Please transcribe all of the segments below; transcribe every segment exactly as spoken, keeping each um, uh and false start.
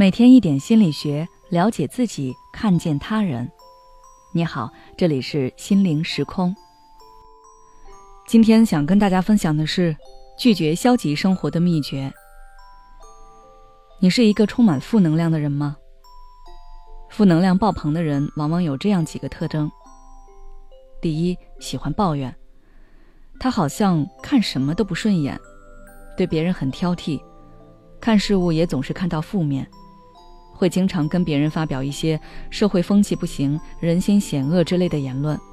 每天一点心理学，了解自己，看见他人。你好，这里是心灵时空。今天想跟大家分享的是拒绝消极生活的秘诀。你是一个充满负能量的人吗？负能量爆棚的人往往有这样几个特征。第一，喜欢抱怨，他好像看什么都不顺眼，对别人很挑剔，看事物也总是看到负面，会经常跟别人发表一些社会风气不行、人心险恶之类的言论。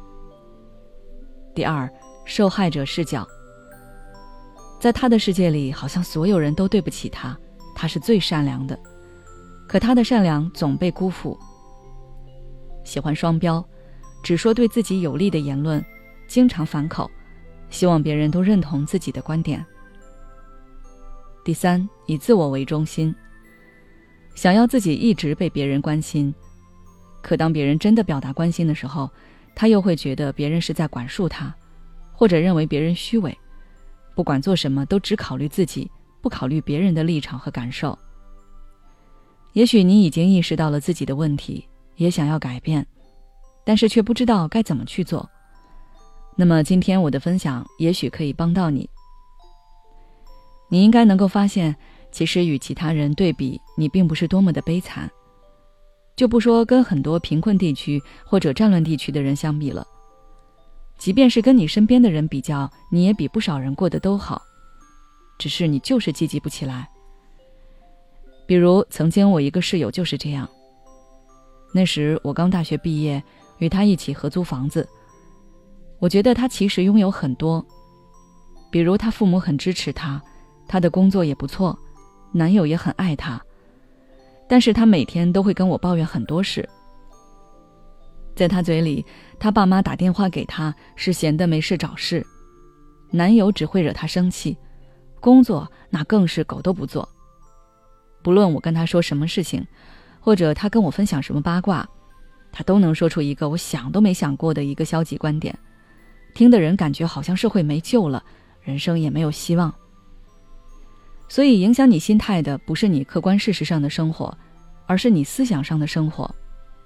第二，受害者视角，在他的世界里，好像所有人都对不起他，他是最善良的，可他的善良总被辜负。喜欢双标，只说对自己有利的言论，经常反口，希望别人都认同自己的观点。第三，以自我为中心，想要自己一直被别人关心，可当别人真的表达关心的时候，他又会觉得别人是在管束他，或者认为别人虚伪，不管做什么都只考虑自己，不考虑别人的立场和感受。也许你已经意识到了自己的问题，也想要改变，但是却不知道该怎么去做。那么今天我的分享也许可以帮到你。你应该能够发现，其实与其他人对比，你并不是多么的悲惨。就不说跟很多贫困地区或者战乱地区的人相比了，即便是跟你身边的人比较，你也比不少人过得都好，只是你就是积极不起来。比如曾经我一个室友就是这样，那时我刚大学毕业，与他一起合租房子，我觉得他其实拥有很多，比如他父母很支持他，他的工作也不错，男友也很爱他，但是他每天都会跟我抱怨很多事。在他嘴里，他爸妈打电话给他是闲得没事找事，男友只会惹他生气，工作那更是狗都不做。不论我跟他说什么事情，或者他跟我分享什么八卦，他都能说出一个我想都没想过的一个消极观点，听的人感觉好像社会没救了，人生也没有希望。所以影响你心态的不是你客观事实上的生活，而是你思想上的生活。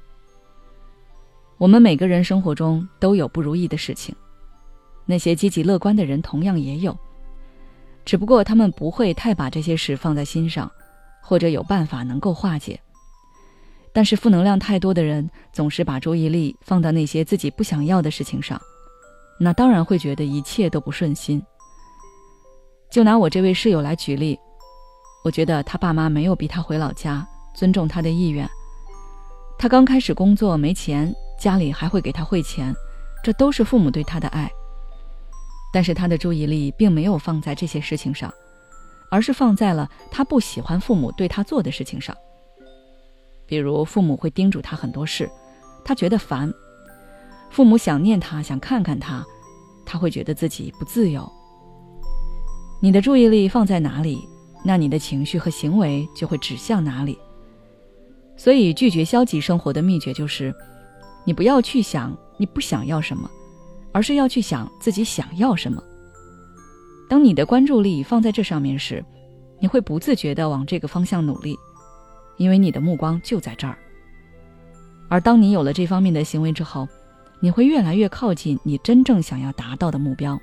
我们每个人生活中都有不如意的事情，那些积极乐观的人同样也有，只不过他们不会太把这些事放在心上，或者有办法能够化解。但是负能量太多的人总是把注意力放到那些自己不想要的事情上，那当然会觉得一切都不顺心。就拿我这位室友来举例，我觉得他爸妈没有逼他回老家，尊重他的意愿。他刚开始工作没钱，家里还会给他汇钱，这都是父母对他的爱。但是他的注意力并没有放在这些事情上，而是放在了他不喜欢父母对他做的事情上。比如父母会叮嘱他很多事，他觉得烦；父母想念他，想看看他，他会觉得自己不自由。你的注意力放在哪里，那你的情绪和行为就会指向哪里。所以拒绝消极生活的秘诀就是，你不要去想你不想要什么，而是要去想自己想要什么。当你的关注力放在这上面时，你会不自觉地往这个方向努力，因为你的目光就在这儿。而当你有了这方面的行为之后，你会越来越靠近你真正想要达到的目标。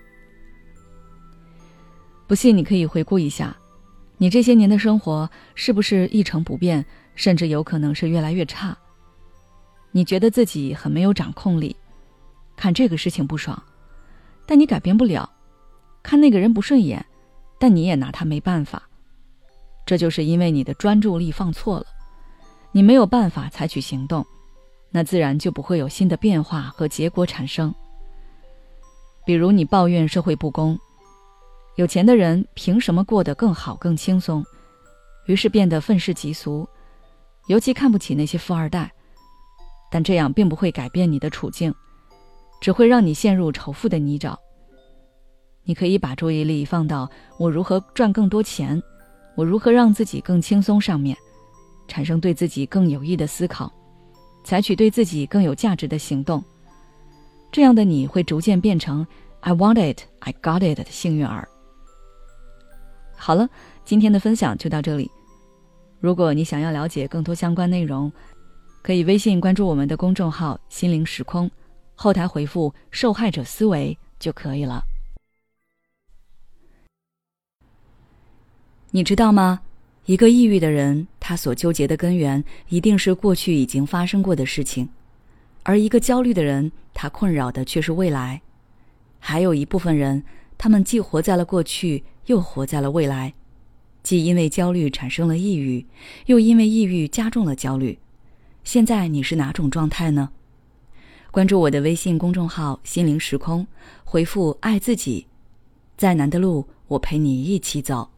不信你可以回顾一下，你这些年的生活是不是一成不变，甚至有可能是越来越差？你觉得自己很没有掌控力，看这个事情不爽，但你改变不了；看那个人不顺眼，但你也拿他没办法。这就是因为你的专注力放错了，你没有办法采取行动，那自然就不会有新的变化和结果产生。比如你抱怨社会不公，有钱的人凭什么过得更好更轻松，于是变得愤世嫉俗，尤其看不起那些富二代。但这样并不会改变你的处境，只会让你陷入仇富的泥沼。你可以把注意力放到我如何赚更多钱，我如何让自己更轻松上面，产生对自己更有益的思考，采取对自己更有价值的行动。这样的你会逐渐变成 I want it, I got it 的幸运儿。好了，今天的分享就到这里。 如果你想要了解更多相关内容，可以微信关注我们的公众号心灵时空，后台回复受害者思维就可以了。你知道吗？一个抑郁的人，他所纠结的根源一定是过去已经发生过的事情，而一个焦虑的人，他困扰的却是未来。还有一部分人，他们既活在了过去，又活在了未来，既因为焦虑产生了抑郁，又因为抑郁加重了焦虑。现在你是哪种状态呢？关注我的微信公众号心灵时空，回复爱自己，再难的路我陪你一起走。